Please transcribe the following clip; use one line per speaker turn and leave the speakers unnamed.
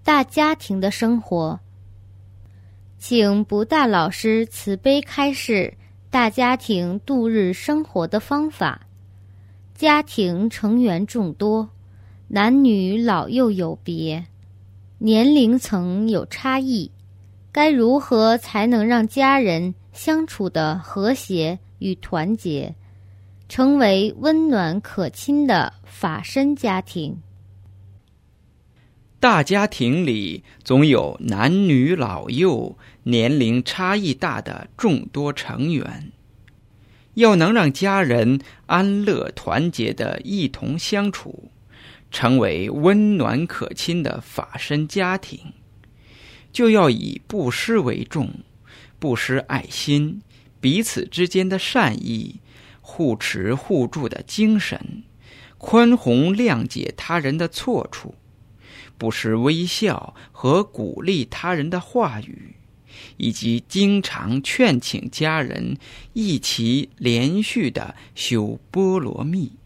大家庭的生活。请不大老师慈悲开示大家庭度日生活的方法。家庭成员众多，男女老幼有别，年龄层有差异，该如何才能让家人相处的和谐与团结，成为温暖可亲的法身家庭？
大家庭里总有男女老幼、年龄差异大的众多成员，要能让家人安乐团结地一同相处，成为温暖可亲的法身家庭，就要以布施为重，布施爱心，彼此之间的善意，互持互助的精神，宽宏谅解他人的错处，不失微笑和鼓励他人的话语，以及经常劝请家人一起连续地修波罗蜜。